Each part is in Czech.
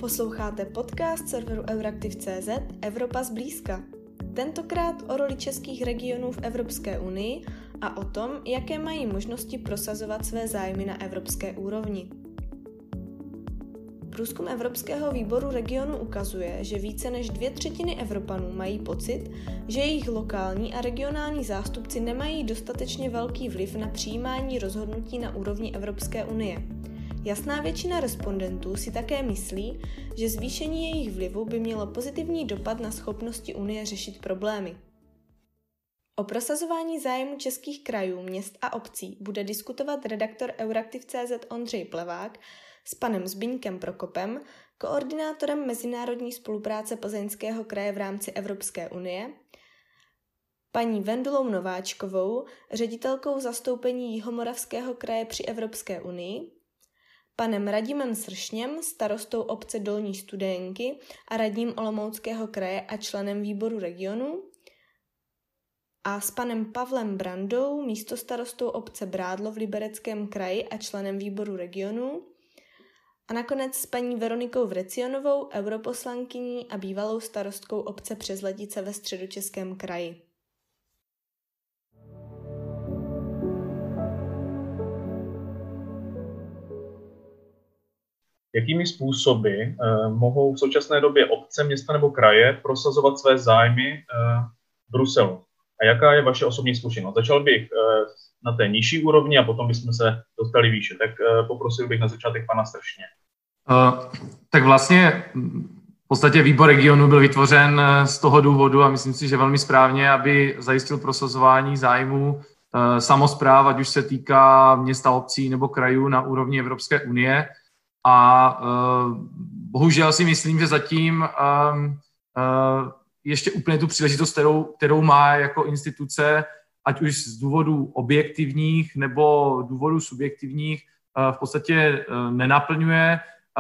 Posloucháte podcast serveru Euraktiv.cz Evropa zblízka. Tentokrát o roli českých regionů v Evropské unii a o tom, jaké mají možnosti prosazovat své zájmy na evropské úrovni. Průzkum Evropského výboru regionu ukazuje, že více než 2/3 Evropanů mají pocit, že jejich lokální a regionální zástupci nemají dostatečně velký vliv na přijímání rozhodnutí na úrovni Evropské unie. Jasná většina respondentů si také myslí, že zvýšení jejich vlivu by mělo pozitivní dopad na schopnosti Unie řešit problémy. O prosazování zájmu českých krajů, měst a obcí bude diskutovat redaktor Euraktiv.cz Ondřej Plevák s panem Zbyňkem Prokopem, koordinátorem mezinárodní spolupráce Plzeňského kraje v rámci Evropské unie, paní Vendulou Nováčkovou, ředitelkou zastoupení Jihomoravského kraje při Evropské unii, panem Radimem Sršněm, starostou obce Dolní Studénky a radním Olomouckého kraje a členem výboru regionu, a s panem Pavlem Brandou, místostarostou obce Brádlo v Libereckém kraji a členem výboru regionu, a nakonec s paní Veronikou Vrecionovou, europoslankyní a bývalou starostkou obce Přezletice ve Středočeském kraji. Jakými způsoby mohou v současné době obce, města nebo kraje prosazovat své zájmy v Bruselu? A jaká je vaše osobní zkušenost? Začal bych na té nižší úrovni a potom bychom se dostali výše. Tak poprosil bych na začátek pana Sršně. Tak vlastně v podstatě výbor regionu byl vytvořen z toho důvodu a myslím si, že velmi správně, aby zajistil prosazování zájmů samospráv, ať už se týká města, obcí nebo krajů na úrovni Evropské unie. A bohužel si myslím, že zatím ještě úplně tu příležitost, kterou má jako instituce, ať už z důvodů objektivních nebo důvodů subjektivních, v podstatě nenaplňuje,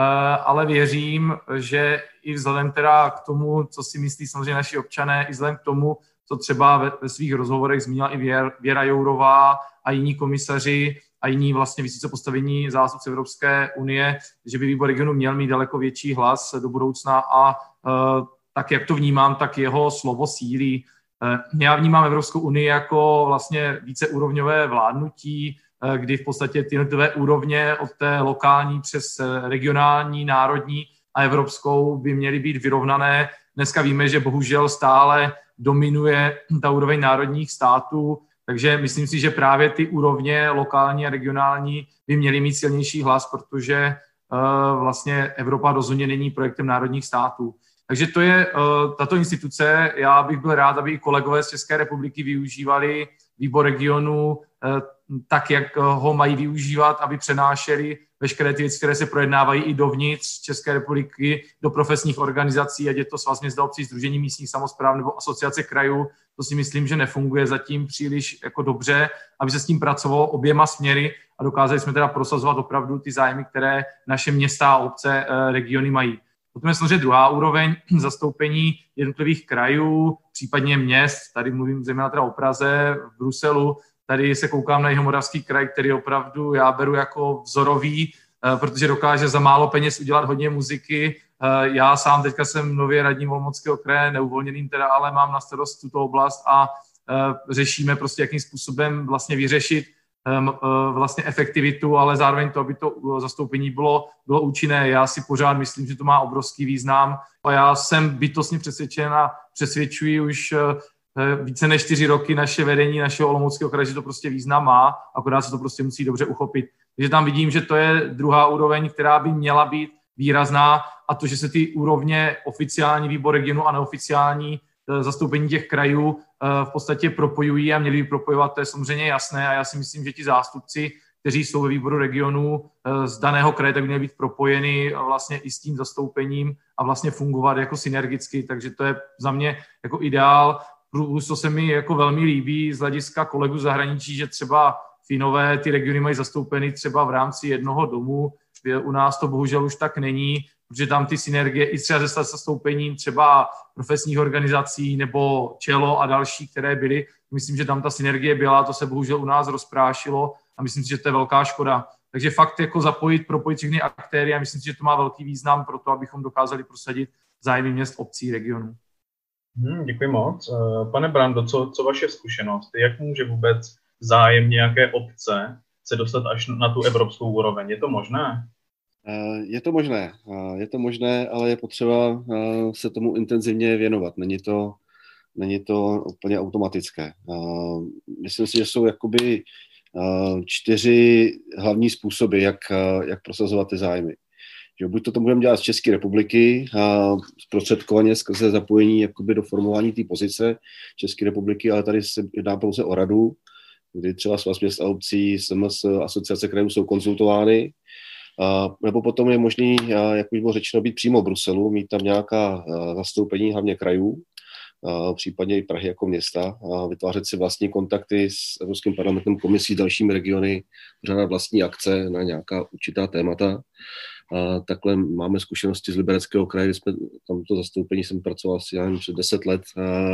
ale věřím, že i vzhledem teda k tomu, co si myslí samozřejmě naši občané, i vzhledem k tomu, co třeba ve svých rozhovorech zmínila i Věra Jourová a jiní komisaři a jiní vlastně vysoce postavení zástupci Evropské unie, že by výbor regionu měl mít daleko větší hlas do budoucna a tak, jak to vnímám, tak jeho slovo sílí. Já vnímám Evropskou unii jako vlastně víceúrovňové vládnutí, kdy v podstatě ty jednotlivé úrovně od té lokální přes regionální, národní a evropskou by měly být vyrovnané. Dneska víme, že bohužel stále dominuje ta úroveň národních států, takže myslím si, že právě ty úrovně lokální a regionální by měly mít silnější hlas, protože vlastně Evropa rozhodně není projektem národních států. Takže to je tato instituce. Já bych byl rád, aby i kolegové z České republiky využívali výbor regionu tak, jak ho mají využívat, aby přenášeli veškeré ty věci, které se projednávají i dovnitř České republiky, do profesních organizací, ať je to Svaz měst a obcí, Sdružení místních samospráv nebo Asociace krajů. To si myslím, že nefunguje zatím příliš jako dobře, aby se s tím pracovalo oběma směry a dokázali jsme teda prosazovat opravdu ty zájmy, které naše města a obce, regiony mají. Potom je samozřejmě druhá úroveň zastoupení jednotlivých krajů, případně měst. Tady mluvím zejména teda o Praze, v Bruselu. Tady se koukám na Jihomoravský kraj, který opravdu já beru jako vzorový, protože dokáže za málo peněz udělat hodně muziky. Já sám teďka jsem nově radním Olomouckého kraje, neuvolněným teda, ale mám na starost tuto oblast a řešíme prostě, jakým způsobem vlastně vyřešit vlastně efektivitu, ale zároveň to, aby to zastoupení bylo účinné. Já si pořád myslím, že to má obrovský význam a já jsem bytostně přesvědčen a přesvědčuji už více než 4 roky naše vedení našeho Olomouckého kraje, že to prostě význam má, akorát se to prostě musí dobře uchopit. Takže tam vidím, že to je druhá úroveň, která by měla být výrazná, a to, že se ty úrovně oficiální výbor regionu a neoficiální zastoupení těch krajů v podstatě propojují a měli by propojovat, to je samozřejmě jasné a já si myslím, že ti zástupci, kteří jsou ve výboru regionu z daného kraje, tak by měli být propojeni vlastně i s tím zastoupením a vlastně fungovat jako synergicky, takže to je za mě jako ideál. Plus to se mi jako velmi líbí z hlediska kolegů zahraničí, že třeba Finové ty regiony mají zastoupeny třeba v rámci jednoho domu. U nás to bohužel už tak není, protože tam ty synergie i třeba se zastoupením třeba profesních organizací nebo ČELO a další, které byly. Myslím, že tam ta synergie byla, to se bohužel u nás rozprášilo a myslím si, že to je velká škoda. Takže fakt jako propojit všechny aktéry a myslím si, že to má velký význam pro to, abychom dokázali prosadit zájmy měst, obcí, regionů. Děkuji moc. Pane Brando, co vaše zkušenost? Jak může vůbec zájem nějaké obce se dostat až na tu evropskou úroveň? Je to možné? Je to možné, ale je potřeba se tomu intenzivně věnovat. Není to úplně automatické. Myslím si, že jsou jakoby 4 hlavní způsoby, jak prosazovat ty zájmy. Že buď to budeme dělat z České republiky, zprostředkovaně skrze zapojení jakoby do formování té pozice České republiky, ale tady se jedná pouze o radu, kdy třeba Svaz měst a obcí, SMS, asociace krajů jsou konzultovány, nebo potom je možný, jak už bylo řečeno, být přímo v Bruselu, mít tam nějaká zastoupení, hlavně krajů, případně i Prahy jako města, vytvářet si vlastní kontakty s Evropským parlamentem, komisí, dalšími regiony, pořádat vlastní akce na nějaká určitá témata. Takhle máme zkušenosti z Libereckého kraje, kdy jsme tamto zastoupení jsem pracoval asi před 10 let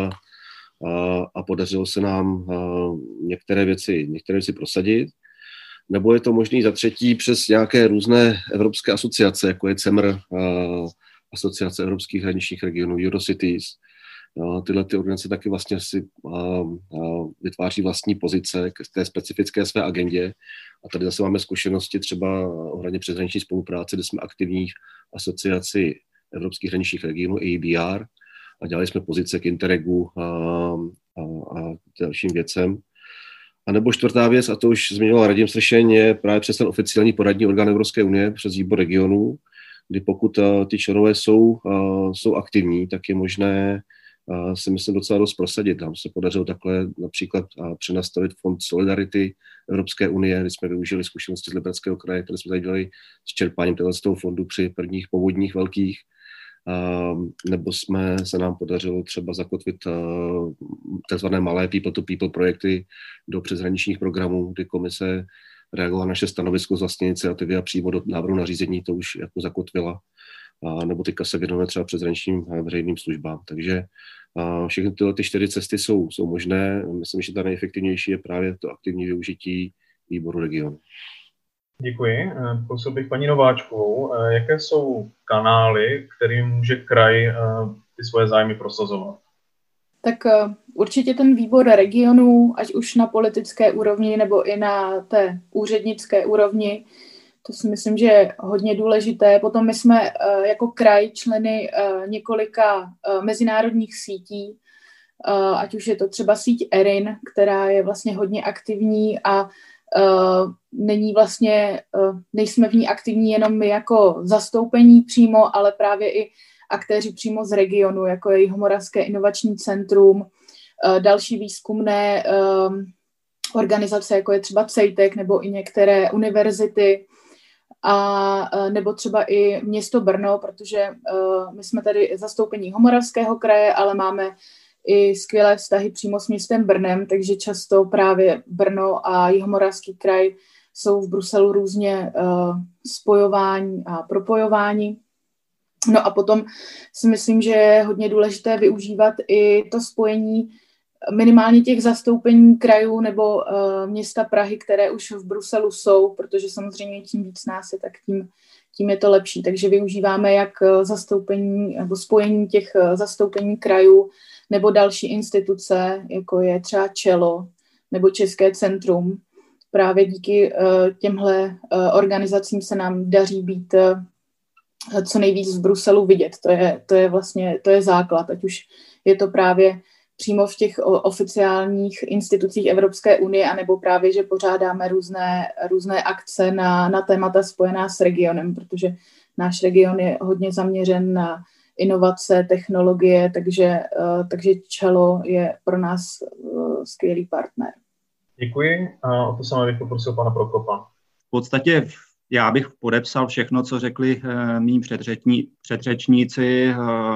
a podařilo se nám některé věci prosadit. Nebo je to možný za třetí přes nějaké různé evropské asociace, jako je CEMR, Asociace evropských hraničních regionů, Eurocities. Tyhle ty organizace taky vlastně si vytváří vlastní pozice k té specifické své agendě. A tady zase máme zkušenosti třeba ohledně přeshraniční spolupráce, kde jsme aktivní v asociaci evropských hraničních regionů EIBR a dělali jsme pozice k Interregu a dalším věcem. A nebo čtvrtá věc, a to už zmiňoval Radim Sršeň, je právě přes ten oficiální poradní orgán Evropské unie, přes výbor regionů, kdy pokud ty členové jsou aktivní, tak je možné si myslím docela dost prosadit. Nám se podařilo takhle například přenastavit fond Solidarity Evropské unie, kdy jsme využili zkušenosti z Libereckého kraje, které jsme tady dělali s čerpáním toho fondu při prvních povodních velkých, nebo se nám podařilo třeba zakotvit takzvané malé people-to-people projekty do přeshraničních programů, kdy komise reagovala na naše stanovisko z vlastní iniciativy a přímo do návrhu nařízení to už jako zakotvila. Nebo teďka se věnujeme třeba přeshraničním veřejným službám. Takže všechny tyhle 4 cesty jsou možné. Myslím, že ta nejefektivnější je právě to aktivní využití výboru regionu. Děkuji. Prosil bych paní Nováčkovou, jaké jsou kanály, kterým může kraj ty svoje zájmy prosazovat? Tak určitě ten výbor regionů, ať už na politické úrovni nebo i na té úřednické úrovni, to si myslím, že je hodně důležité. Potom my jsme jako kraj členy několika mezinárodních sítí, ať už je to třeba síť ERIN, která je vlastně hodně aktivní a nejsme v ní aktivní jenom my jako zastoupení přímo, ale právě i aktéři přímo z regionu, jako je Jihomoravské inovační centrum, další výzkumné organizace, jako je třeba CEJTEK nebo i některé univerzity, a nebo třeba i město Brno, protože my jsme tady zastoupení Jihomoravského kraje, ale máme i skvělé vztahy přímo s městem Brnem, takže často právě Brno a Jihomoravský kraj jsou v Bruselu různě spojování a propojování. No a potom si myslím, že je hodně důležité využívat i to spojení minimálně těch zastoupení krajů nebo města Prahy, které už v Bruselu jsou, protože samozřejmě čím víc nás je, tak tím je to lepší. Takže využíváme jak zastoupení nebo spojení těch zastoupení krajů nebo další instituce, jako je třeba ČELO nebo České centrum. Právě díky těmhle organizacím se nám daří být co nejvíc v Bruselu vidět. To je základ, ať už je to právě přímo v těch oficiálních institucích Evropské unie, anebo právě, že pořádáme různé akce na témata spojená s regionem, protože náš region je hodně zaměřen na inovace, technologie, takže ČELO je pro nás skvělý partner. Děkuji a o to samé bych poprosil pana Prokopa. V podstatě já bych podepsal všechno, co řekli mý předřečníci,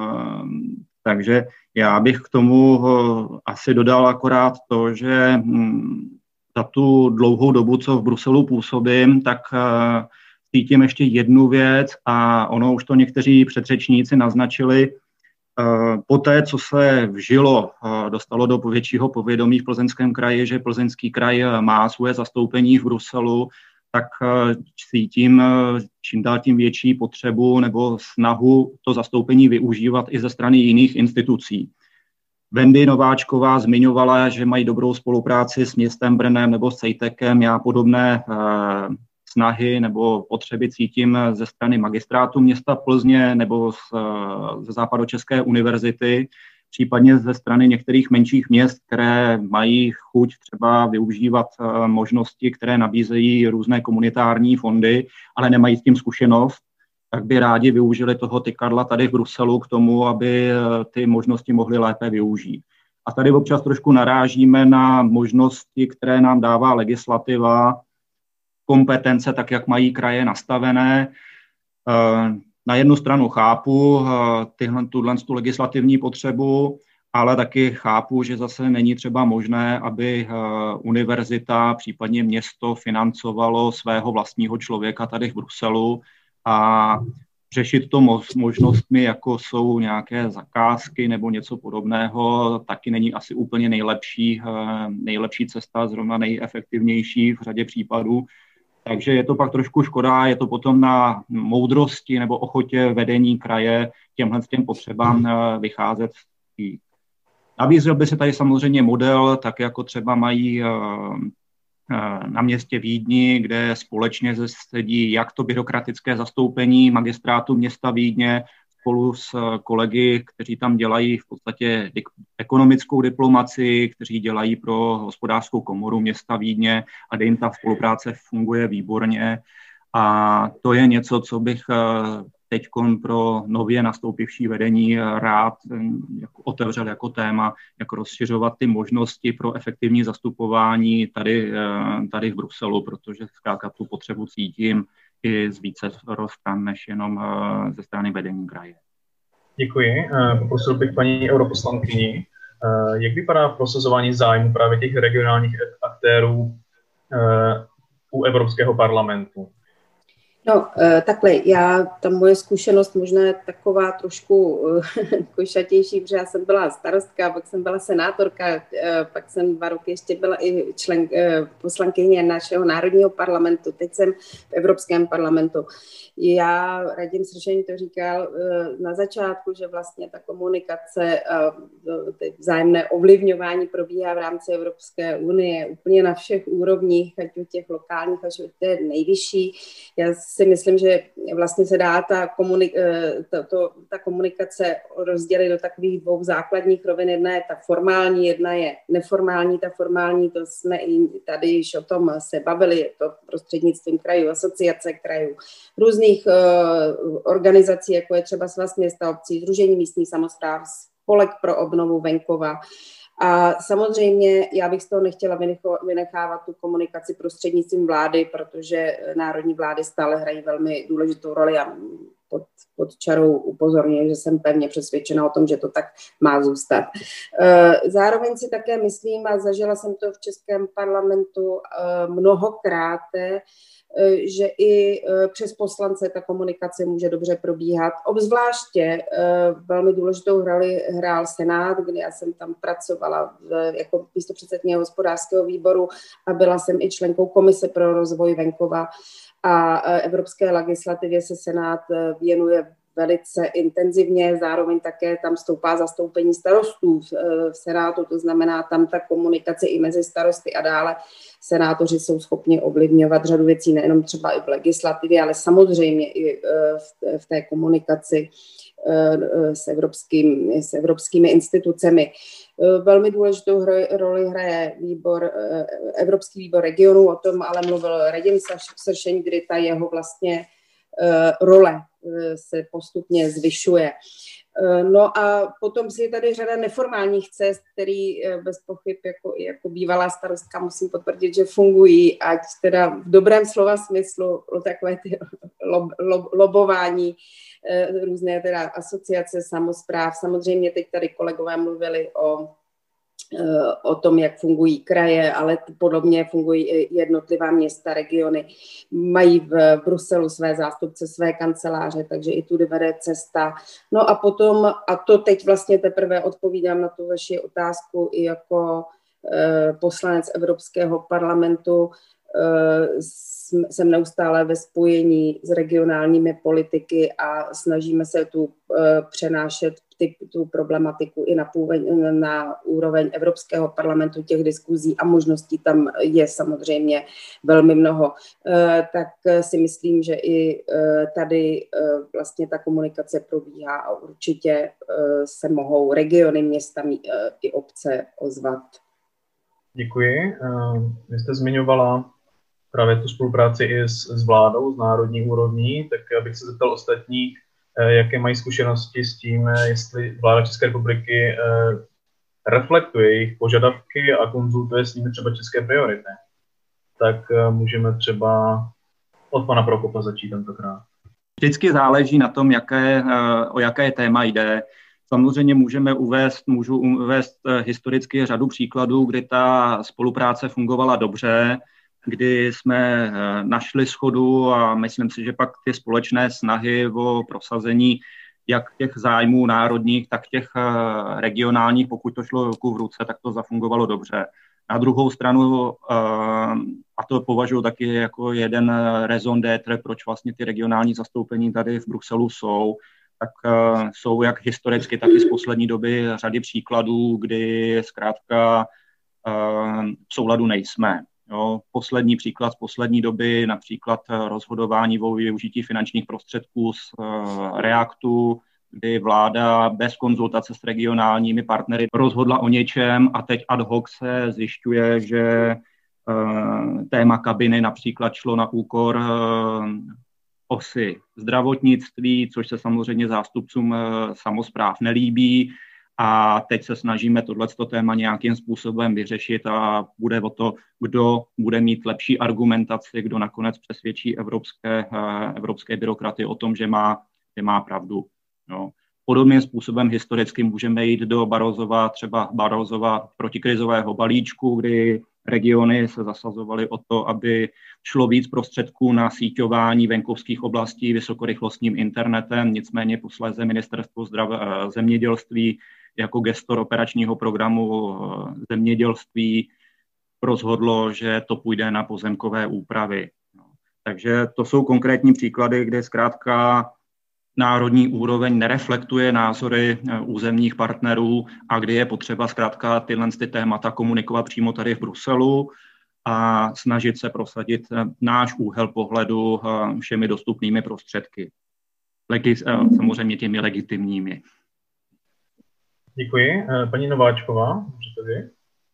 takže já bych k tomu asi dodal akorát to, že za tu dlouhou dobu, co v Bruselu působím, tak cítím ještě jednu věc a ono už to někteří předřečníci naznačili. Poté, co se vžilo, dostalo do většího povědomí v Plzeňském kraji, že Plzeňský kraj má svoje zastoupení v Bruselu, tak cítím čím dál tím větší potřebu nebo snahu to zastoupení využívat i ze strany jiných institucí. Wendy Nováčková zmiňovala, že mají dobrou spolupráci s městem Brnem nebo s CEJTECem. Já podobné snahy nebo potřeby cítím ze strany magistrátu města Plzně nebo ze Západočeské univerzity, případně ze strany některých menších měst, které mají chuť třeba využívat možnosti, které nabízejí různé komunitární fondy, ale nemají s tím zkušenost, tak by rádi využili toho tykadla tady v Bruselu k tomu, aby ty možnosti mohli lépe využít. A tady občas trošku narážíme na možnosti, které nám dává legislativa, kompetence, tak jak mají kraje nastavené. Na jednu stranu chápu tu legislativní potřebu, ale taky chápu, že zase není třeba možné, aby univerzita, případně město financovalo svého vlastního člověka tady v Bruselu a řešit to možnostmi, jako jsou nějaké zakázky nebo něco podobného, taky není asi úplně nejlepší cesta, zrovna nejefektivnější v řadě případů. Takže je to pak trošku škoda, je to potom na moudrosti nebo ochotě vedení kraje těm potřebám vycházet. Nabízel by se tady samozřejmě model, tak jako třeba mají na městě Vídni, kde společně sedí jak to byrokratické zastoupení magistrátu města Vídně spolu s kolegy, kteří tam dělají v podstatě ekonomickou diplomaci, kteří dělají pro hospodářskou komoru města Vídně a kde jim ta spolupráce funguje výborně. A to je něco, co bych teď pro nově nastoupivší vedení rád otevřel jako téma, jak rozšiřovat ty možnosti pro efektivní zastupování tady v Bruselu, protože zkrátka tu potřebu cítím i z více stran, než jenom ze strany vedení kraje. Děkuji. Poprosil bych paní europoslankyni, jak vypadá prosazování zájmu právě těch regionálních aktérů u Evropského parlamentu? No, takhle, ta moje zkušenost možná je taková trošku košatější, protože já jsem byla starostka, pak jsem byla senátorka, pak jsem 2 roky ještě byla i poslankyně našeho národního parlamentu, teď jsem v Evropském parlamentu. Radim Sršeň to říkal na začátku, že vlastně ta komunikace, vzájemné ovlivňování probíhá v rámci Evropské unie úplně na všech úrovních, ať u těch lokálních, až u té nejvyšší. Já si myslím, že vlastně se dá ta komunikace rozdělit do takových 2 základních rovin. Jedna je ta formální, jedna je neformální. Ta formální, to jsme i tady již o tom se bavili, je to prostřednictvím krajů, asociace krajů, různých organizací, jako je třeba Svaz měst a obcí, Sdružení místních samospráv, Spolek pro obnovu venkova. A samozřejmě já bych z toho nechtěla vynechávat tu komunikaci prostřednictvím vlády, protože národní vlády stále hrají velmi důležitou roli a pod čarou upozorňuji, že jsem pevně přesvědčena o tom, že to tak má zůstat. Zároveň si také myslím, a zažila jsem to v Českém parlamentu mnohokrát, že i přes poslance ta komunikace může dobře probíhat. Obzvláště velmi důležitou hrál Senát, kdy já jsem tam pracovala jako místopředsedkyně hospodářského výboru a byla jsem i členkou Komise pro rozvoj venkova a evropské legislativě se Senát věnuje velice intenzivně, zároveň také tam stoupá zastoupení starostů v Senátu, to znamená tam ta komunikace i mezi starosty a dále senátoři jsou schopni ovlivňovat řadu věcí, nejenom třeba i v legislativě, ale samozřejmě i v té komunikaci s evropskými institucemi. Velmi důležitou roli hraje Evropský výbor regionů, o tom ale mluvil Radim Sršeň, kdy ta jeho vlastně role se postupně zvyšuje. No a potom si je tady řada neformálních cest, který bez pochyb jako bývalá starostka musím potvrdit, že fungují, ať teda v dobrém slova smyslu takové ty lobování, různé teda asociace samospráv. Samozřejmě teď tady kolegové mluvili o tom, jak fungují kraje, ale podobně fungují i jednotlivá města, regiony. Mají v Bruselu své zástupce, své kanceláře, takže i tudy vede cesta. No a potom, a to teď vlastně teprve odpovídám na tu vaši otázku i jako poslanec Evropského parlamentu, jsem neustále ve spojení s regionálními politiky a snažíme se přenášet tu problematiku i na úroveň Evropského parlamentu. Těch diskuzí a možností tam je samozřejmě velmi mnoho. Tak si myslím, že i tady vlastně ta komunikace probíhá a určitě se mohou regiony, města i obce ozvat. Děkuji. Vy jste zmiňovala právě tu spolupráci i s vládou, z národní úrovní, tak abych se zeptal ostatních, jaké mají zkušenosti s tím, jestli vláda České republiky reflektuje jejich požadavky a konzultuje s nimi třeba české priority. Tak můžeme třeba od pana Prokopa začít tentokrát. Vždycky záleží na tom, o jaké téma jde. Samozřejmě můžu uvést historicky řadu příkladů, kdy ta spolupráce fungovala dobře, kdy jsme našli shodu a myslím si, že pak ty společné snahy o prosazení jak těch zájmů národních, tak těch regionálních, pokud to šlo ruku v ruce, tak to zafungovalo dobře. Na druhou stranu, a to považuji taky jako jeden raison d'être, proč vlastně ty regionální zastoupení tady v Bruselu jsou, tak jsou jak historicky, tak i z poslední doby řady příkladů, kdy zkrátka v souladu nejsme. Jo, poslední příklad z poslední doby, například rozhodování o využití finančních prostředků z REACTu, kdy vláda bez konzultace s regionálními partnery rozhodla o něčem a teď ad hoc se zjišťuje, že téma kabiny například šlo na úkor osy zdravotnictví, což se samozřejmě zástupcům samospráv nelíbí. A teď se snažíme tohleto téma nějakým způsobem vyřešit a bude o to, kdo bude mít lepší argumentaci, kdo nakonec přesvědčí evropské byrokraty o tom, že má pravdu. No. Podobným způsobem historicky můžeme jít do Barrosova protikrizového balíčku, kdy regiony se zasazovaly o to, aby šlo víc prostředků na síťování venkovských oblastí vysokorychlostním internetem, nicméně posléze ministerstvo zemědělství jako gestor operačního programu zemědělství rozhodlo, že to půjde na pozemkové úpravy. Takže to jsou konkrétní příklady, kde zkrátka národní úroveň nereflektuje názory územních partnerů a kdy je potřeba zkrátka tyhle témata komunikovat přímo tady v Bruselu a snažit se prosadit náš úhel pohledu všemi dostupnými prostředky. Samozřejmě těmi legitimními. Děkuji. Paní Nováčková, můžete vy?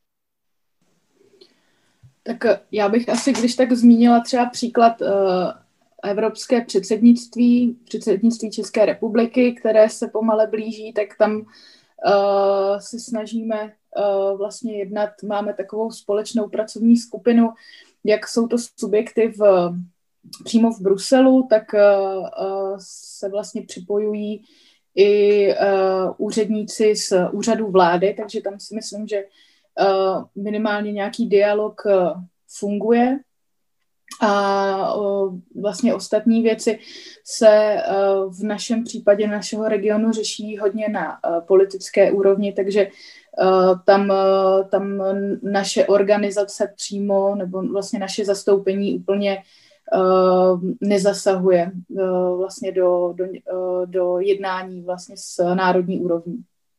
Tak já bych asi, když tak zmínila třeba příklad evropské předsednictví České republiky, které se pomale blíží, tak tam se snažíme vlastně jednat, máme takovou společnou pracovní skupinu, jak jsou to subjekty přímo v Bruselu, tak se vlastně připojují i úředníci z úřadů vlády, takže tam si myslím, že minimálně nějaký dialog funguje. A vlastně ostatní věci se v našem případě našeho regionu řeší hodně na politické úrovni, takže tam naše organizace přímo, nebo vlastně naše zastoupení úplně nezasahuje vlastně do jednání vlastně s národní úrovní.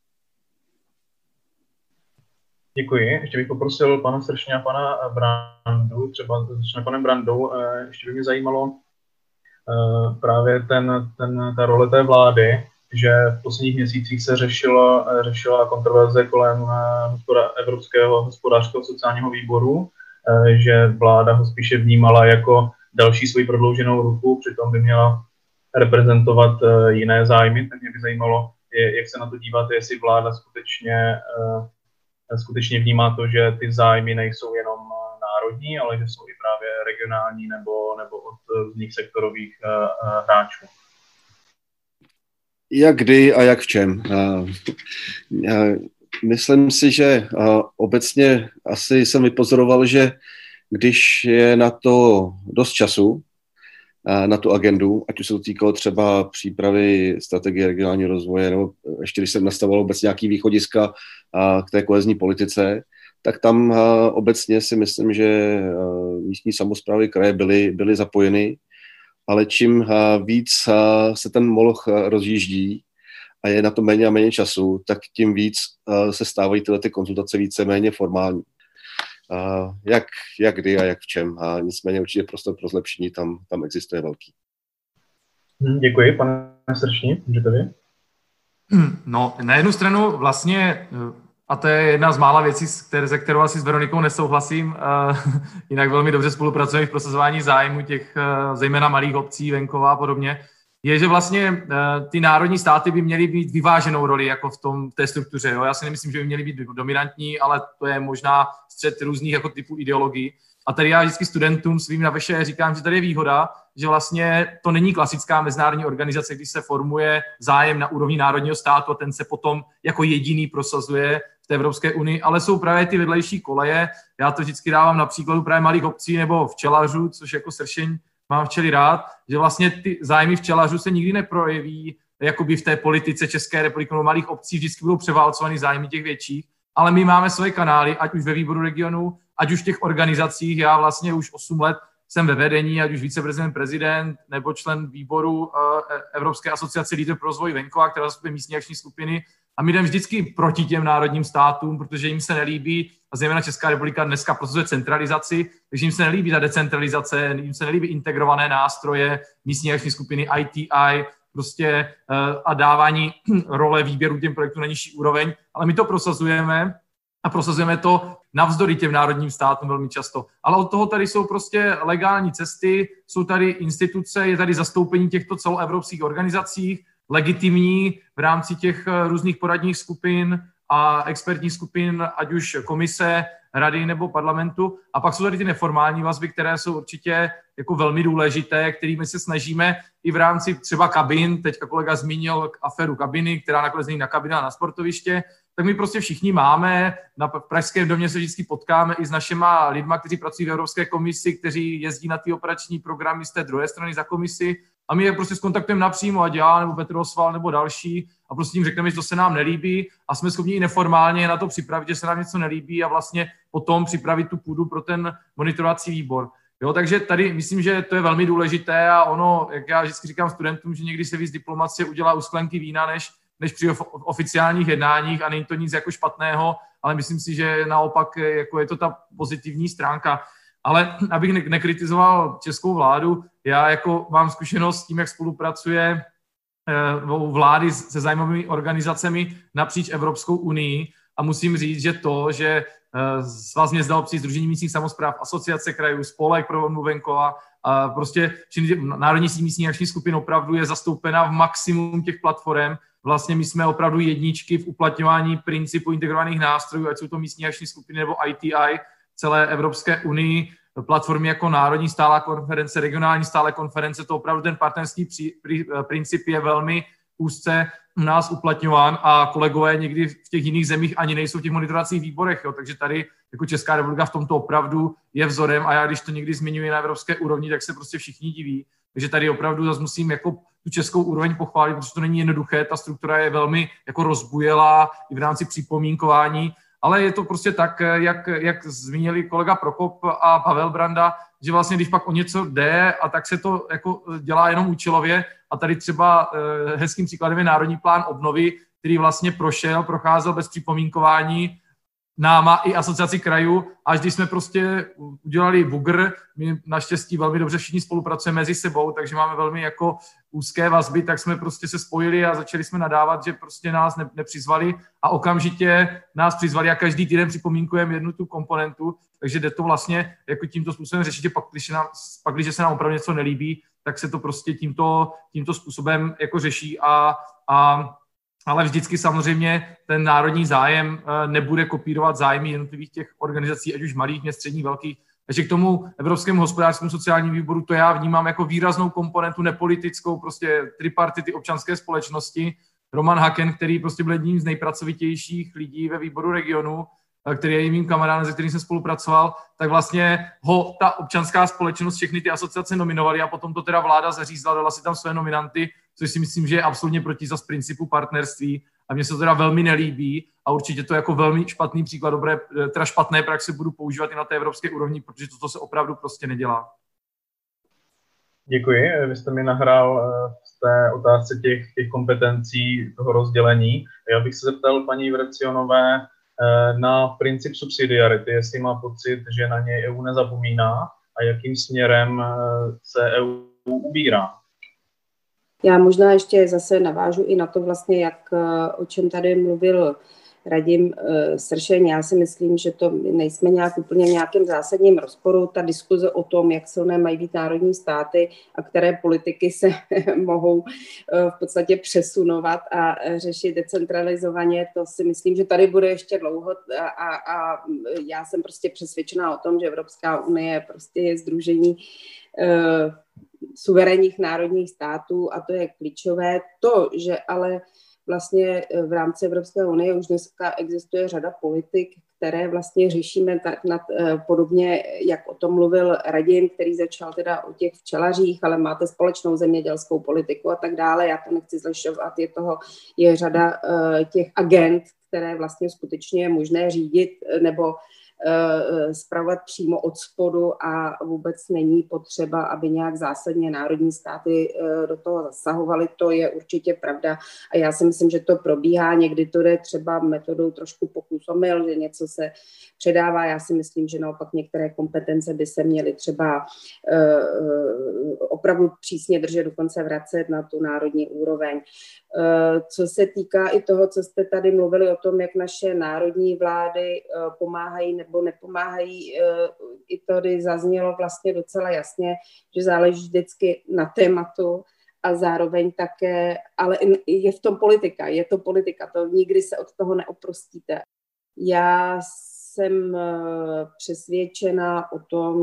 Děkuji. Ještě bych poprosil pana Sršně a pana Brandu, třeba začne panem Brandou, ještě by mě zajímalo právě ta role té vlády, že v posledních měsících se řešila kontroverze kolem Evropského hospodářského sociálního výboru, že vláda ho spíše vnímala jako další svoji prodlouženou ruku, přitom by měla reprezentovat jiné zájmy, tak mě by zajímalo, jak se na to díváte, jestli vláda skutečně vnímá to, že ty zájmy nejsou jenom národní, ale že jsou i právě regionální nebo od různých sektorových hráčů. Jak kdy a jak v čem? Myslím si, že obecně asi jsem vypozoroval, že když je na to dost času, na tu agendu, ať už se to týkalo třeba přípravy strategie regionálního rozvoje, nebo ještě když jsem nastavoval vůbec nějaký východiska k té kohezní politice, tak tam obecně si myslím, že místní samosprávy kraje byly zapojeny, ale čím víc se ten moloch rozjíždí a je na to méně a méně času, tak tím víc se stávají tyhle ty konzultace více-méně formální. Jak kdy a jak v čem. A nicméně určitě prostor pro zlepšení tam existuje velký. Děkuji, pane Srční, můžete vy? No, na jednu stranu vlastně, a to je jedna z mála věcí, se kterou asi s Veronikou nesouhlasím, jinak velmi dobře spolupracujeme v prosazování zájmu těch zejména malých obcí, venkova a podobně, je, že vlastně ty národní státy by měly být vyváženou roli jako v té struktuře. Jo? Já si nemyslím, že by měly být dominantní, ale to je možná střet různých jako typů ideologií. A tady já vždycky studentům svým na Veše říkám, že tady je výhoda, že vlastně to není klasická mezinárodní organizace, kdy se formuje zájem na úrovni národního státu a ten se potom jako jediný prosazuje v té Evropské unii, ale jsou právě ty vedlejší koleje. Já to vždycky dávám na příkladu právě malých obcí nebo včelařů, což jako Sršeň mám včely rád, že vlastně ty zájmy včelařů se nikdy neprojeví jakoby v té politice České republiky nebo malých obcí, vždycky budou převálcovaný zájmy těch větších, ale my máme svoje kanály, ať už ve výboru regionu, ať už v těch organizacích. Já vlastně už 8 let jsem ve vedení, ať už viceprezident, nebo člen výboru Evropské asociace lídrů pro rozvoj venkova, která zastupuje místní akční skupiny. A my jdeme vždycky proti těm národním státům, protože jim se nelíbí, a zejména Česká republika dneska prosazuje centralizaci, takže jim se nelíbí ta decentralizace, jim se nelíbí integrované nástroje, místní akční skupiny, ITI, prostě a dávání role výběru těm projektům na nižší úroveň, ale my to prosazujeme a prosazujeme to navzdory těm národním státům velmi často. Ale od toho tady jsou prostě legální cesty, jsou tady instituce, je tady zastoupení těchto celoevropských organizacích, legitimní v rámci těch různých poradních skupin a expertních skupin, ať už komise, rady nebo parlamentu. A pak jsou tady ty neformální vazby, které jsou určitě jako velmi důležité, kterými se snažíme i v rámci třeba kabin, teďka kolega zmínil aféru kabiny, která nakonec není na kabina a na sportoviště, tak my prostě všichni máme, na Pražském domě se vždycky potkáme i s našima lidma, kteří pracují v Evropské komisi, kteří jezdí na ty operační programy z té druhé strany za komisi a my je prostě skontaktujeme napřímo, ať já, nebo Petr Osval, nebo další a prostě jim řekneme, že to se nám nelíbí a jsme schopni i neformálně na to připravit, že se nám něco nelíbí a vlastně potom připravit tu půdu pro ten monitorovací výbor. Jo, takže tady myslím, že to je velmi důležité a ono, jak já vždycky říkám studentům, že někdy se víc diplomacie udělá u sklenky vína, než při oficiálních jednáních a není to nic jako špatného, ale myslím si, že naopak jako je to ta pozitivní stránka. Ale abych nekritizoval českou vládu, já jako mám zkušenost s tím, jak spolupracuje vlády se zájmovými organizacemi napříč Evropskou unii a musím říct, že to, že Svaz měst a obcí, Sdružení místních samospráv, Asociace krajů, Spolek pro volbu venkova a prostě Národní místní akční skupin opravdu je zastoupena v maximum těch platform. Vlastně my jsme opravdu jedničky v uplatňování principu integrovaných nástrojů, ať jsou to místní akční skupiny nebo ITI celé Evropské unii, platformy jako Národní stálá konference, regionální stálé konference, to opravdu ten partnerský princip je velmi úzce u nás uplatňován a kolegové někdy v těch jiných zemích ani nejsou v těch monitorovacích výborech, jo, takže tady jako Česká republika v tomto opravdu je vzorem a já když to někdy zmiňuji na evropské úrovni, tak se prostě všichni diví. Takže tady opravdu zase musím jako tu českou úroveň pochválit, protože to není jednoduché, ta struktura je velmi jako rozbujelá i v rámci připomínkování, ale je to prostě tak, jak zmínili kolega Prokop a Pavel Branda, že vlastně když pak o něco jde a tak se to jako dělá jenom účelově a tady třeba hezkým příkladem je Národní plán obnovy, který vlastně procházel bez připomínkování náma i asociaci krajů, až když jsme prostě udělali bugr, my naštěstí velmi dobře všichni spolupracujeme mezi sebou, takže máme velmi jako úzké vazby, tak jsme prostě se spojili a začali jsme nadávat, že prostě nás nepřizvali a okamžitě nás přizvali a každý týden připomínkujeme jednu tu komponentu, takže jde to vlastně jako tímto způsobem řešit, že pak, když se nám opravdu něco nelíbí, tak se to prostě tímto způsobem jako řeší ale vždycky samozřejmě ten národní zájem nebude kopírovat zájmy jednotlivých těch organizací, ať už malých, měst, středních, velkých. Takže k tomu Evropskému hospodářskému sociálnímu výboru to já vnímám jako výraznou komponentu nepolitickou, prostě tripartity občanské společnosti. Roman Haken, který prostě byl jedním z nejpracovitějších lidí ve výboru regionu, který je mým kamarádem, se kterým jsem spolupracoval, tak vlastně ho ta občanská společnost, všechny ty asociace nominovaly a potom to teda vláda zařízla, dala si tam své nominanty, což si myslím, že je absolutně proti zas principu partnerství a mně se to teda velmi nelíbí a určitě to jako velmi špatný příklad špatné praxe budu používat i na té evropské úrovni, protože toto se opravdu prostě nedělá. Děkuji. Vy jste mi nahrál v té otázce těch kompetencí, toho rozdělení. Já bych se zeptal paní Vrecionové na princip subsidiarity, jestli má pocit, že na něj EU nezapomíná a jakým směrem se EU ubírá. Já možná ještě zase navážu i na to vlastně, o čem tady mluvil Radim Sršeň. Já si myslím, že to nejsme nějak úplně v nějakém zásadním rozporu. Ta diskuze o tom, jak silné mají být národní státy a které politiky se mohou v podstatě přesunovat a řešit decentralizovaně, to si myslím, že tady bude ještě dlouho a já jsem prostě přesvědčená o tom, že Evropská unie prostě je sdružení suverénních národních států a to je klíčové. To, že ale vlastně v rámci Evropské unie už dneska existuje řada politik, které vlastně řešíme podobně, jak o tom mluvil Radim, který začal teda o těch včelařích, ale máte společnou zemědělskou politiku a tak dále. Já to nechci zlehčovat, je řada těch agent, které vlastně skutečně je možné řídit nebo spravovat přímo od spodu a vůbec není potřeba, aby nějak zásadně národní státy do toho zasahovaly. To je určitě pravda a já si myslím, že to probíhá. Někdy to jde třeba metodou trošku pokus omyl, že něco se předává. Já si myslím, že naopak některé kompetence by se měly třeba opravdu přísně držet, dokonce vracet na tu národní úroveň. Co se týká i toho, co jste tady mluvili o tom, jak naše národní vlády pomáhají nebo nepomáhají, i tady zaznělo vlastně docela jasně, že záleží vždycky na tématu a zároveň také, ale je v tom politika, je to politika, to nikdy se od toho neoprostíte. Já jsem přesvědčena o tom,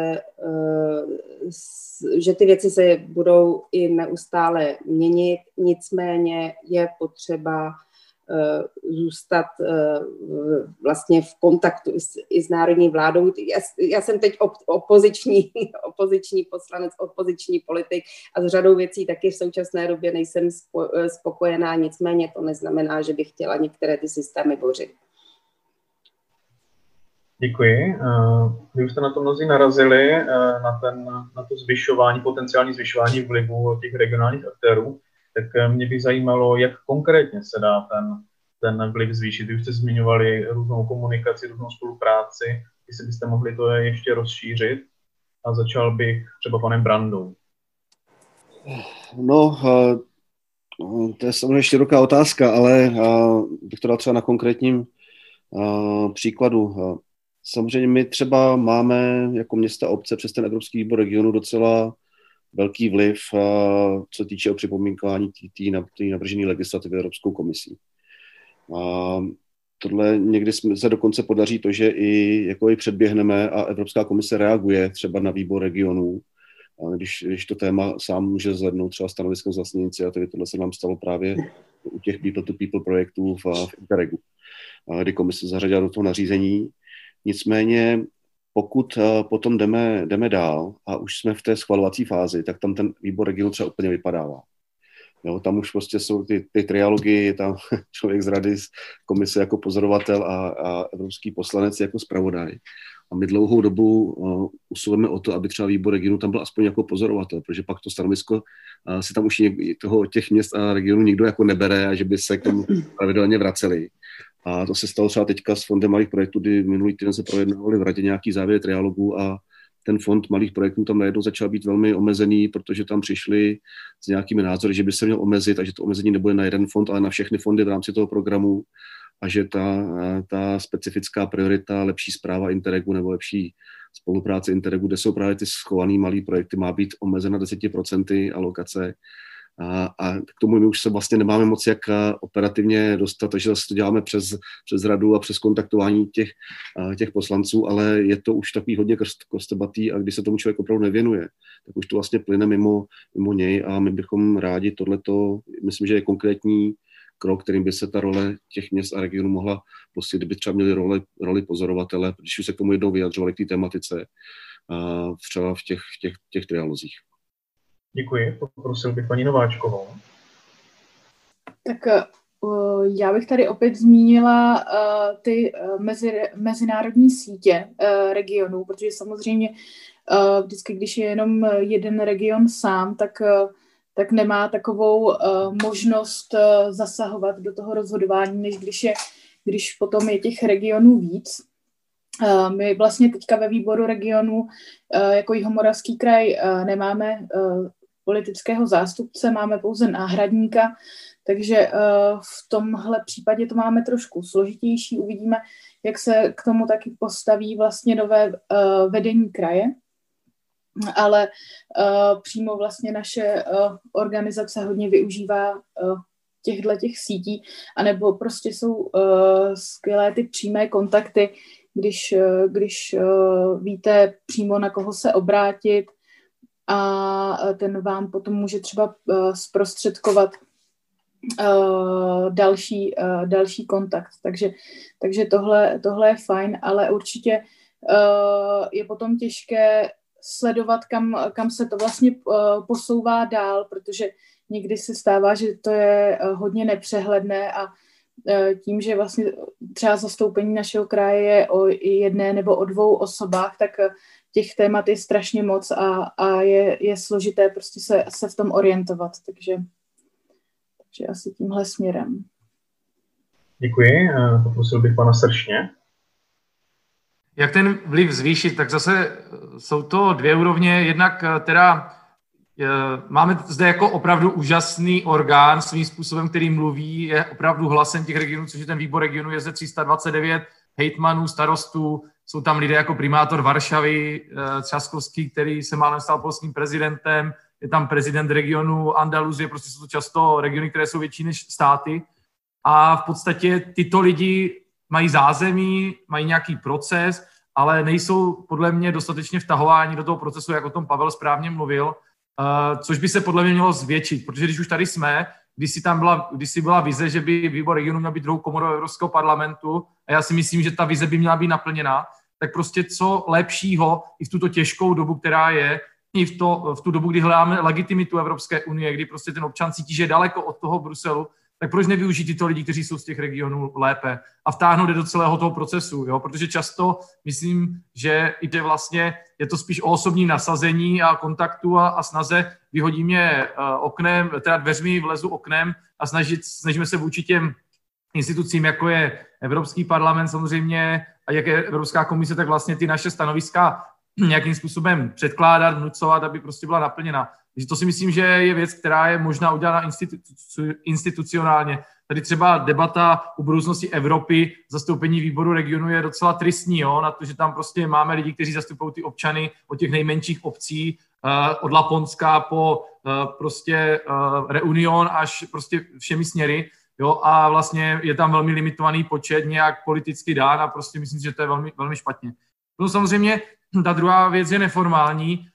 že ty věci se budou i neustále měnit, nicméně je potřeba zůstat vlastně v kontaktu i s národní vládou. Já jsem teď opoziční poslanec, opoziční politik a s řadou věcí taky v současné době nejsem spokojená, nicméně to neznamená, že bych chtěla některé ty systémy bořit. Děkuji. Vy už jste na to mnozí narazili, na to zvyšování, potenciální zvyšování vlivu těch regionálních aktérů, tak mě by zajímalo, jak konkrétně se dá ten vliv zvýšit. Vy už jste zmiňovali různou komunikaci, různou spolupráci, jestli byste mohli to ještě rozšířit a začal bych třeba panem Brandou. No, to je samozřejmě široká otázka, ale bych to dal třeba na konkrétním příkladu. Samozřejmě my třeba máme jako města obce přes ten Evropský výbor regionu docela velký vliv, co se týče o připomínkování té navržené legislativy Evropskou komisí. Tohle někdy se dokonce podaří to, že i předběhneme a Evropská komise reaguje třeba na výbor regionů, když to téma sám může zvednout třeba stanoviskem z vlastní iniciativy. Tohle se nám stalo právě u těch people-to-people projektů v Interregu, kdy komise zařadila do toho nařízení. Nicméně pokud potom jdeme dál a už jsme v té schvalovací fázi, tak tam ten výbor regionu třeba úplně vypadává. Jo, tam už prostě jsou ty trialogy, je tam člověk z rady, z komise jako pozorovatel a evropský poslanec jako zpravodaj. A my dlouhou dobu usilujeme o to, aby třeba výbor regionu tam byl aspoň jako pozorovatel, protože pak to stanovisko si tam už těch měst a regionů nikdo jako nebere a že by se k tomu pravidelně vraceli. A to se stalo třeba teďka s fondem malých projektů, kdy minulý týden se projednávali v radě nějaký závěr trialogů a ten fond malých projektů tam najednou začal být velmi omezený, protože tam přišli s nějakými názory, že by se měl omezit a že to omezení nebude na jeden fond, ale na všechny fondy v rámci toho programu a že ta specifická priorita, lepší správa Interregu nebo lepší spolupráce Interregu, kde jsou právě ty schované malé projekty, má být omezena 10% alokace. A k tomu my už se vlastně nemáme moc jak operativně dostat, takže zase to děláme přes radu a přes kontaktování těch poslanců, ale je to už takový hodně kostebatý a když se tomu člověk opravdu nevěnuje, tak už to vlastně plyne mimo něj a my bychom rádi tohleto, myslím, že je konkrétní krok, kterým by se ta role těch měst a regionů mohla posílit, kdyby třeba měli roli pozorovatele, když už se k tomu jednou vyjadřovali k té tematice, třeba v těch trialozích. Děkuji. Poprosil bych paní Nováčkovou. Tak Já bych tady opět zmínila ty mezinárodní sítě regionů, protože samozřejmě vždycky, když je jenom jeden region sám, tak nemá takovou možnost zasahovat do toho rozhodování, než když potom je těch regionů víc. My vlastně teďka ve výboru regionů jako Jihomoravský kraj nemáme politického zástupce, máme pouze náhradníka, takže v tomhle případě to máme trošku složitější. Uvidíme, jak se k tomu taky postaví vlastně nové vedení kraje, ale přímo vlastně naše organizace hodně využívá těch sítí, anebo prostě jsou skvělé ty přímé kontakty, když víte přímo, na koho se obrátit a ten vám potom může třeba zprostředkovat další kontakt. Takže tohle je fajn, ale určitě je potom těžké sledovat, kam se to vlastně posouvá dál, protože někdy se stává, že to je hodně nepřehledné a tím, že vlastně třeba zastoupení našeho kraje je o jedné nebo o dvou osobách, tak těch témat je strašně moc a je složité prostě se v tom orientovat. Takže asi tímhle směrem. Děkuji. Poprosil bych pana Sršně. Jak ten vliv zvýšit, tak zase jsou to dvě úrovně. Jednak teda máme zde jako opravdu úžasný orgán svým způsobem, který mluví, je opravdu hlasem těch regionů, což je ten výbor regionu, je zde 329 hejtmanů, starostů, jsou tam lidé jako primátor Varšavy, Třaskovský, který se málem stal polským prezidentem, je tam prezident regionu Andaluzie, prostě jsou to často regiony, které jsou větší než státy. A v podstatě tyto lidi mají zázemí, mají nějaký proces, ale nejsou podle mě dostatečně vtahováni do toho procesu, jak o tom Pavel správně mluvil, což by se podle mě mělo zvětšit, protože když už tady jsme, když byla vize, že by výbor regionu měl být druhou komorou Evropského parlamentu, a já si myslím, že ta vize by měla být naplněna, tak prostě co lepšího i v tuto těžkou dobu, která je, i v tu dobu, kdy hledáme legitimitu Evropské unie, kdy prostě ten občan cítí, že je daleko od toho Bruselu, tak proč nevyužít tyto lidi, kteří jsou z těch regionů lépe a vtáhnout je do celého toho procesu, jo? Protože často myslím, že i vlastně je to spíš o osobním nasazení a kontaktu a snaze vyhodí mě oknem, teda dveřmi vlezu oknem a snažíme se vůči těm institucím, jako je Evropský parlament samozřejmě a jak je Evropská komise, tak vlastně ty naše stanoviska nějakým způsobem předkládat, vnucovat, aby prostě byla naplněna. Takže to si myslím, že je věc, která je možná udělána institucionálně. Tady třeba debata o budoucnosti Evropy, zastoupení výboru regionu je docela tristní, jo? Na to, že tam prostě máme lidi, kteří zastupují ty občany od těch nejmenších obcí, od Laponska po prostě Reunion až prostě všemi směry, jo? A vlastně je tam velmi limitovaný počet nějak politicky dán a prostě myslím, že to je velmi, velmi špatně. No samozřejmě ta druhá věc je neformální.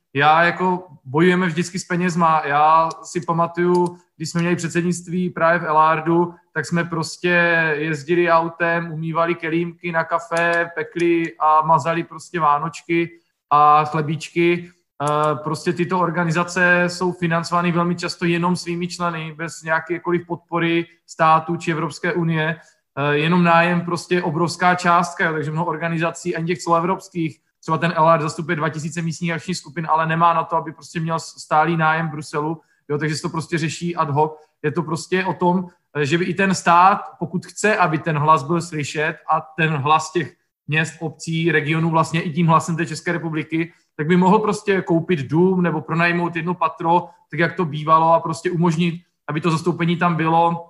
Bojujeme vždycky s penězma. Já si pamatuju, když jsme měli předsednictví právě v Elardu, tak jsme prostě jezdili autem, umývali kelímky na kafe, pekli a mazali prostě vánočky a chlebíčky. Prostě tyto organizace jsou financovány velmi často jenom svými členy, bez nějakékoliv podpory státu či Evropské unie. Jenom nájem prostě obrovská částka, takže mnoho organizací, ani těch celoevropských, třeba ten Elard zastupuje 2000 místních akčních skupin, ale nemá na to, aby prostě měl stálý nájem v Bruselu, jo, takže se to prostě řeší ad hoc. Je to prostě o tom, že by i ten stát, pokud chce, aby ten hlas byl slyšet a ten hlas těch měst, obcí, regionů vlastně i tím hlasem té České republiky, tak by mohl prostě koupit dům nebo pronajmout jedno patro, tak jak to bývalo a prostě umožnit, aby to zastoupení tam bylo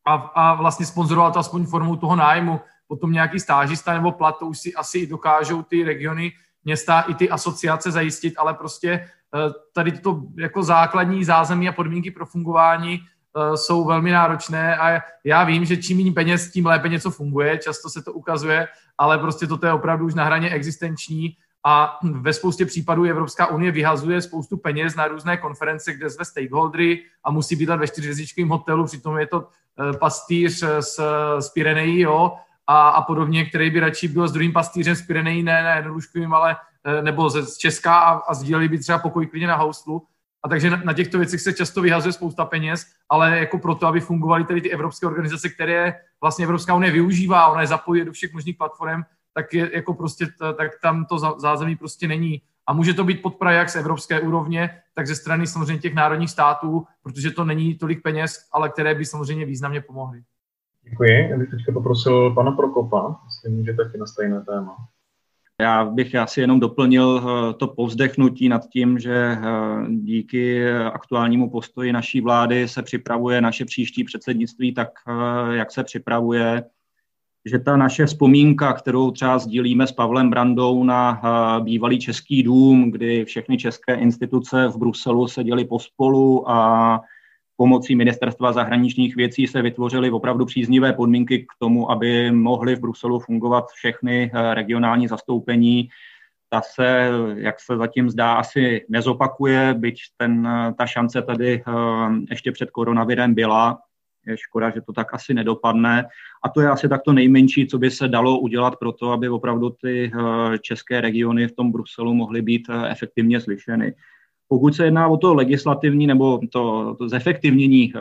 a vlastně sponzorovat to aspoň formou toho nájmu. Potom nějaký stážista nebo plat, to už si asi dokážou ty regiony, města i ty asociace zajistit, ale prostě tady to jako základní zázemí a podmínky pro fungování jsou velmi náročné a já vím, že čím méně peněz, tím lépe něco funguje, často se to ukazuje, ale prostě toto je opravdu už na hraně existenční a ve spoustě případů Evropská unie vyhazuje spoustu peněz na různé konference, kde zve stakeholdery a musí bydlet ve 4hvězdičkovém hotelu, přitom je to pastýř z Pyrenejí, jo, a podobně, který by radši byl s druhým pastýřem z Pyrenejí, ne jednoduškovým, ale nebo z Česka a sdíleli by třeba pokoj klidně na houslu. A takže na těchto věcech se často vyhazuje spousta peněz, ale jako proto, aby fungovaly tady ty evropské organizace, které vlastně Evropská unie využívá, ona je zapojuje do všech možných platform, tak je jako prostě, tak tam to zázemí prostě není. A může to být podpora jak z evropské úrovně, tak ze strany samozřejmě těch národních států, protože to není tolik peněz, ale které by samozřejmě významně pomohly. Děkuji. Já bych teďka poprosil pana Prokopa, jestli může taky na stejné téma. Já bych asi jenom doplnil to povzdechnutí nad tím, že díky aktuálnímu postoji naší vlády se připravuje naše příští předsednictví tak, jak se připravuje, že ta naše vzpomínka, kterou třeba sdílíme s Pavlem Brandou na bývalý Český dům, kdy všechny české instituce v Bruselu seděly pospolu a pomocí Ministerstva zahraničních věcí se vytvořily opravdu příznivé podmínky k tomu, aby mohly v Bruselu fungovat všechny regionální zastoupení. Ta se, jak se zatím zdá, asi nezopakuje, byť ta šance tady ještě před koronavirem byla. Je škoda, že to tak asi nedopadne. A to je asi tak to nejmenší, co by se dalo udělat pro to, aby opravdu ty české regiony v tom Bruselu mohly být efektivně slyšeny. Pokud se jedná o to legislativní nebo to zefektivnění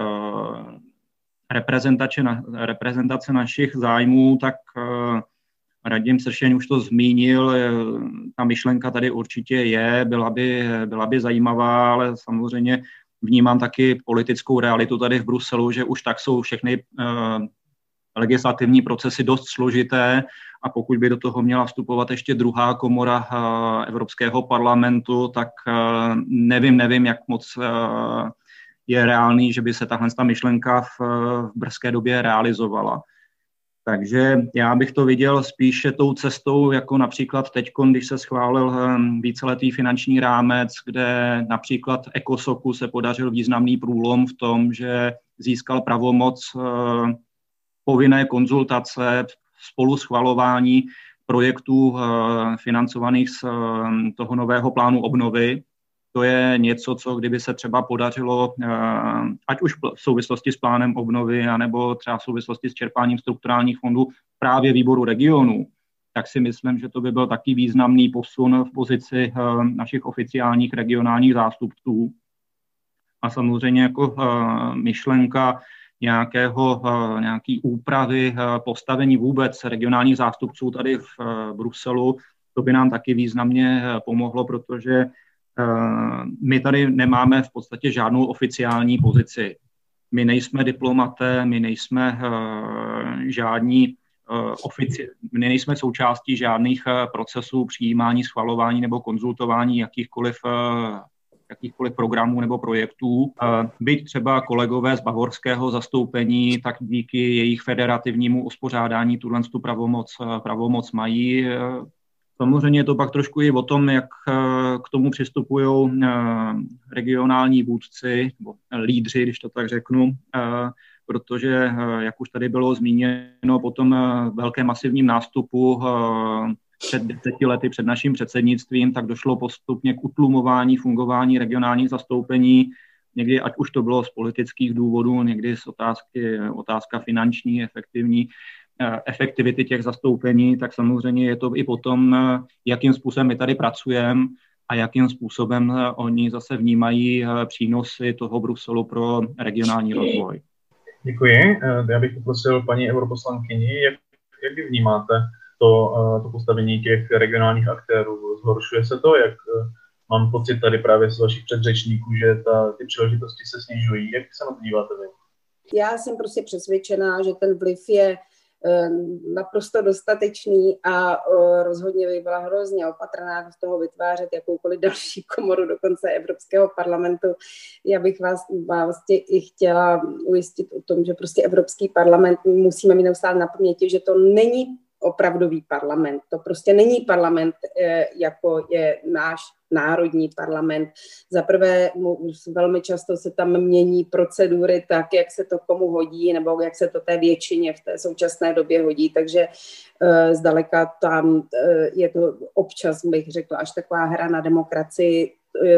reprezentace našich zájmů, tak Radim Sršeň už to zmínil, ta myšlenka tady určitě je, byla by zajímavá, ale samozřejmě vnímám taky politickou realitu tady v Bruselu, že už tak jsou všechny legislativní procesy dost složité a pokud by do toho měla vstupovat ještě druhá komora Evropského parlamentu, tak nevím, jak moc je reálný, že by se tahle myšlenka v brzké době realizovala. Takže já bych to viděl spíše tou cestou, jako například teď, když se schválil víceletý finanční rámec, kde například ECOSOCu se podařil významný průlom v tom, že získal pravomoc povinné konzultace, spolu schvalování projektů financovaných z toho nového plánu obnovy. To je něco, co kdyby se třeba podařilo, ať už v souvislosti s plánem obnovy, anebo třeba v souvislosti s čerpáním strukturálních fondů právě výboru regionů, tak si myslím, že to by byl taky významný posun v pozici našich oficiálních regionálních zástupců. A samozřejmě jako myšlenka nějaký úpravy postavení vůbec regionálních zástupců tady v Bruselu, to by nám taky významně pomohlo, protože my tady nemáme v podstatě žádnou oficiální pozici. My nejsme diplomaté, my nejsme my nejsme součástí žádných procesů přijímání, schvalování nebo konzultování jakýchkoliv programů nebo projektů. Byť třeba kolegové z bavorského zastoupení, tak díky jejich federativnímu uspořádání tuhle pravomoc mají. Samozřejmě je to pak trošku i o tom, jak k tomu přistupují regionální vůdci, nebo lídři, když to tak řeknu, protože, jak už tady bylo zmíněno, po tom velkém masivním nástupu před 10 lety před naším předsednictvím, tak došlo postupně k utlumování fungování regionálních zastoupení, někdy ať už to bylo z politických důvodů, někdy z otázka finanční, efektivity těch zastoupení, tak samozřejmě je to i potom, jakým způsobem my tady pracujeme a jakým způsobem oni zase vnímají přínosy toho Bruselu pro regionální rozvoj. Děkuji. Já bych poprosil paní europoslankyni, jak vy vnímáte to postavení těch regionálních aktérů? Zhoršuje se to? Jak mám pocit tady právě z vašich předřečníků, že ty příležitosti se snižují? Jak se na to díváte vy? Já jsem prostě přesvědčená, že ten vliv je naprosto dostatečný a rozhodně by byla hrozně opatrná z toho vytvářet jakoukoliv další komoru, dokonce Evropského parlamentu. Já bych vás vlastně i chtěla ujistit o tom, že prostě Evropský parlament musíme mít neustále na paměti, že to není opravdový parlament. To prostě není parlament, jako je náš národní parlament. Za prvé velmi často se tam mění procedury tak, jak se to komu hodí, nebo jak se to té většině v té současné době hodí, takže zdaleka tam je to občas, bych řekla, až taková hra na demokracii.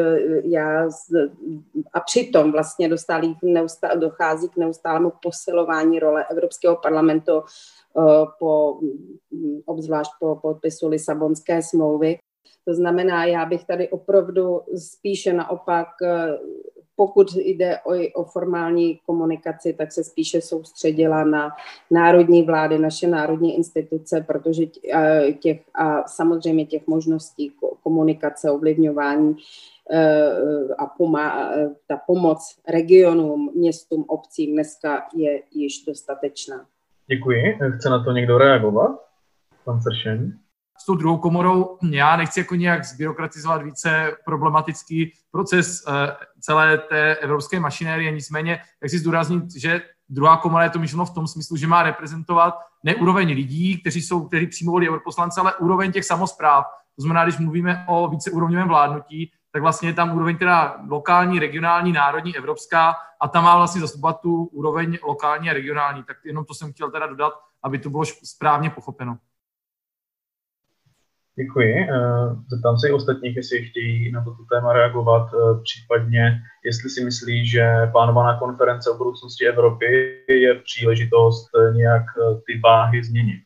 A přitom vlastně dochází k neustálému posilování role Evropského parlamentu obzvlášť po podpisu Lisabonské smlouvy. To znamená, já bych tady opravdu spíše naopak, pokud jde o formální komunikaci, tak se spíše soustředila na národní vlády, naše národní instituce, protože samozřejmě těch možností komunikace, ovlivňování a ta pomoc regionům, městům, obcím dneska je již dostatečná. Děkuji. Chce na to někdo reagovat? Pan Sršen? S tou druhou komorou já nechci jako nějak zbyrokratizovat více problematický proces celé té evropské mašinérie, nicméně chci zdůraznit, že druhá komora je to myšleno v tom smyslu, že má reprezentovat ne úroveň lidí, kteří přímo volí europoslanci, ale úroveň těch samospráv. To znamená, když mluvíme o víceúrovňovém vládnutí, tak vlastně je tam úroveň teda lokální, regionální, národní, evropská a tam má vlastně zastupovat tu úroveň lokální a regionální. Tak jenom to jsem chtěl teda dodat, aby to bylo správně pochopeno. Děkuji. Zeptám se i ostatních, jestli chtějí na toto téma reagovat, případně jestli si myslí, že plánovaná konference o budoucnosti Evropy je příležitost nějak ty váhy změnit.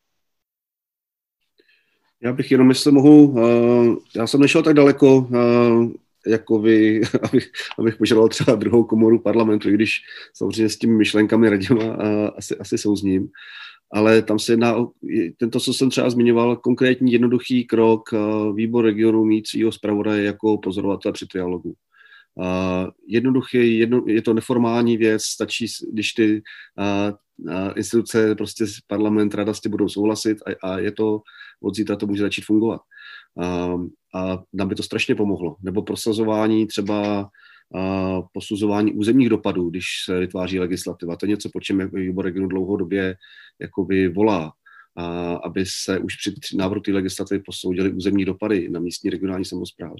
Já bych jenom, jestli mohu, já jsem nešel tak daleko, jako vy, abych požadoval třeba druhou komoru parlamentu, i když samozřejmě s těmi myšlenkami Radima asi souzním. Ale tam se jedná o tento, co jsem třeba zmiňoval, konkrétní jednoduchý krok, výbor regionu mít svýho zpravodaje jako pozorovatele při trialogu. Jednoduchý, je to neformální věc, stačí, když ty instituce, prostě parlament, rada s tím budou souhlasit a je to, od zítra to může začít fungovat. A nám by to strašně pomohlo. Nebo prosazování třeba posuzování územních dopadů, když se vytváří legislativa. To je něco, po čem výbor regionu dlouhodobě jakoby volá, aby se už při návrhu té legislativy posoudily územní dopady na místní regionální samosprávy.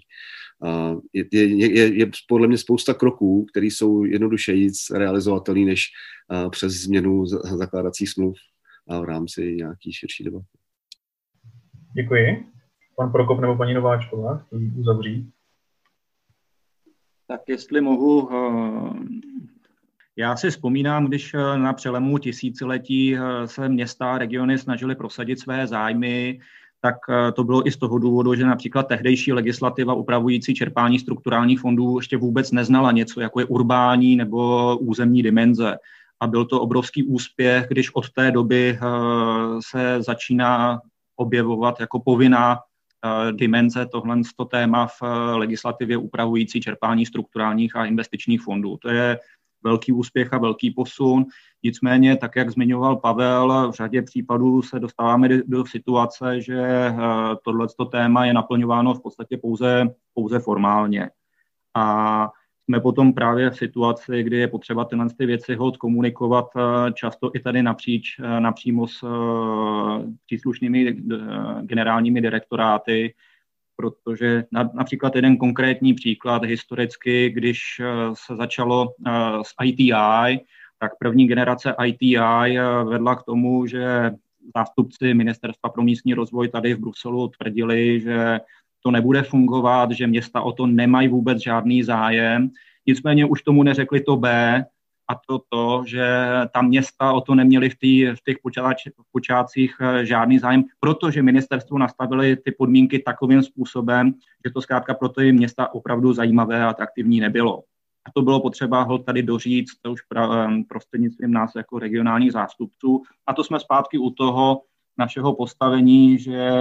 Je podle mě spousta kroků, které jsou jednodušeji realizovatelné než přes změnu zakládacích smluv a v rámci nějaký širší debaty. Děkuji. Pan Prokop nebo paní Nováčková chtějí uzavřít. Tak jestli mohu, já si vzpomínám, když na přelomu tisíciletí se města a regiony snažily prosadit své zájmy, tak to bylo i z toho důvodu, že například tehdejší legislativa upravující čerpání strukturálních fondů ještě vůbec neznala něco, jako je urbání nebo územní dimenze. A byl to obrovský úspěch, když od té doby se začíná objevovat jako povinná dimenze tohle téma v legislativě upravující čerpání strukturálních a investičních fondů. To je velký úspěch a velký posun. Nicméně, tak jak zmiňoval Pavel, v řadě případů se dostáváme do situace, že tohleto téma je naplňováno v podstatě pouze formálně. A jsme potom právě v situaci, kdy je potřeba ty věci komunikovat často i tady napřímo s příslušnými generálními direktoráty, protože například jeden konkrétní příklad historicky, když se začalo s ITI, tak první generace ITI vedla k tomu, že zástupci Ministerstva pro místní rozvoj tady v Bruselu tvrdili, že to nebude fungovat, že města o to nemají vůbec žádný zájem. Nicméně už tomu neřekli to B, a to, že ta města o to neměly v těch počátcích žádný zájem, protože ministerstvo nastavili ty podmínky takovým způsobem, že to zkrátka pro ty města opravdu zajímavé a atraktivní nebylo. A to bylo potřeba ho tady doříct, to už prostřednictvím nás jako regionálních zástupců. A to jsme zpátky u toho našeho postavení, že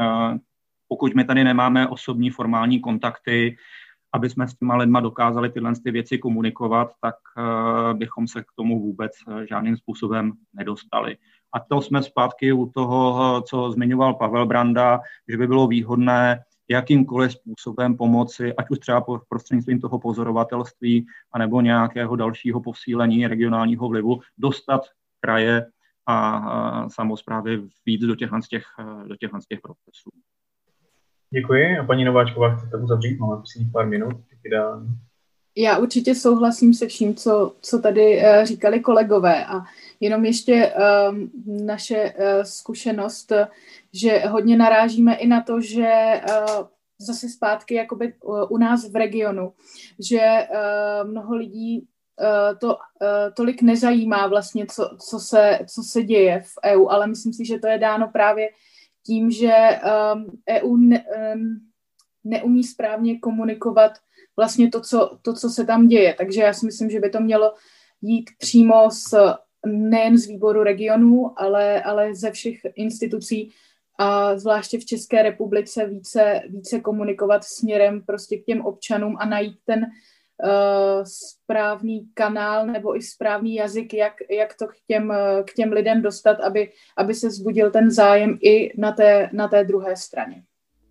pokud my tady nemáme osobní formální kontakty, aby jsme s těma lidma dokázali tyhle věci komunikovat, tak bychom se k tomu vůbec žádným způsobem nedostali. A to jsme zpátky u toho, co zmiňoval Pavel Branda, že by bylo výhodné jakýmkoliv způsobem pomoci, ať už třeba prostřednictvím toho pozorovatelství, anebo nějakého dalšího posílení regionálního vlivu, dostat kraje a samosprávy víc do těchto procesů. Děkuji. A paní Nováčková, chcete uzavřít? Máme posledních pár minut. Ideální. Já určitě souhlasím se vším, co tady říkali kolegové a jenom ještě naše zkušenost, že hodně narážíme i na to, že zase zpátky jakoby u nás v regionu, že mnoho lidí to tolik nezajímá vlastně, co se děje v EU, ale myslím si, že to je dáno právě tím, že EU neumí správně komunikovat vlastně to, co se tam děje. Takže já si myslím, že by to mělo jít přímo nejen z výboru regionů, ale ze všech institucí a zvláště v České republice více komunikovat směrem prostě k těm občanům a najít ten správný kanál nebo i správný jazyk, jak to k těm lidem dostat, aby se vzbudil ten zájem i na té druhé straně.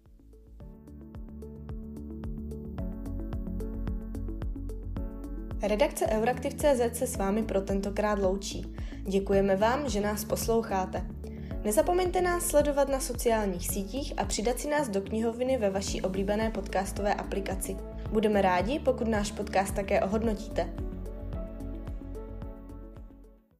Redakce Euraktiv.cz se s vámi pro tentokrát loučí. Děkujeme vám, že nás posloucháte. Nezapomeňte nás sledovat na sociálních sítích a přidat si nás do knihovny ve vaší oblíbené podcastové aplikaci. Budeme rádi, pokud náš podcast také ohodnotíte.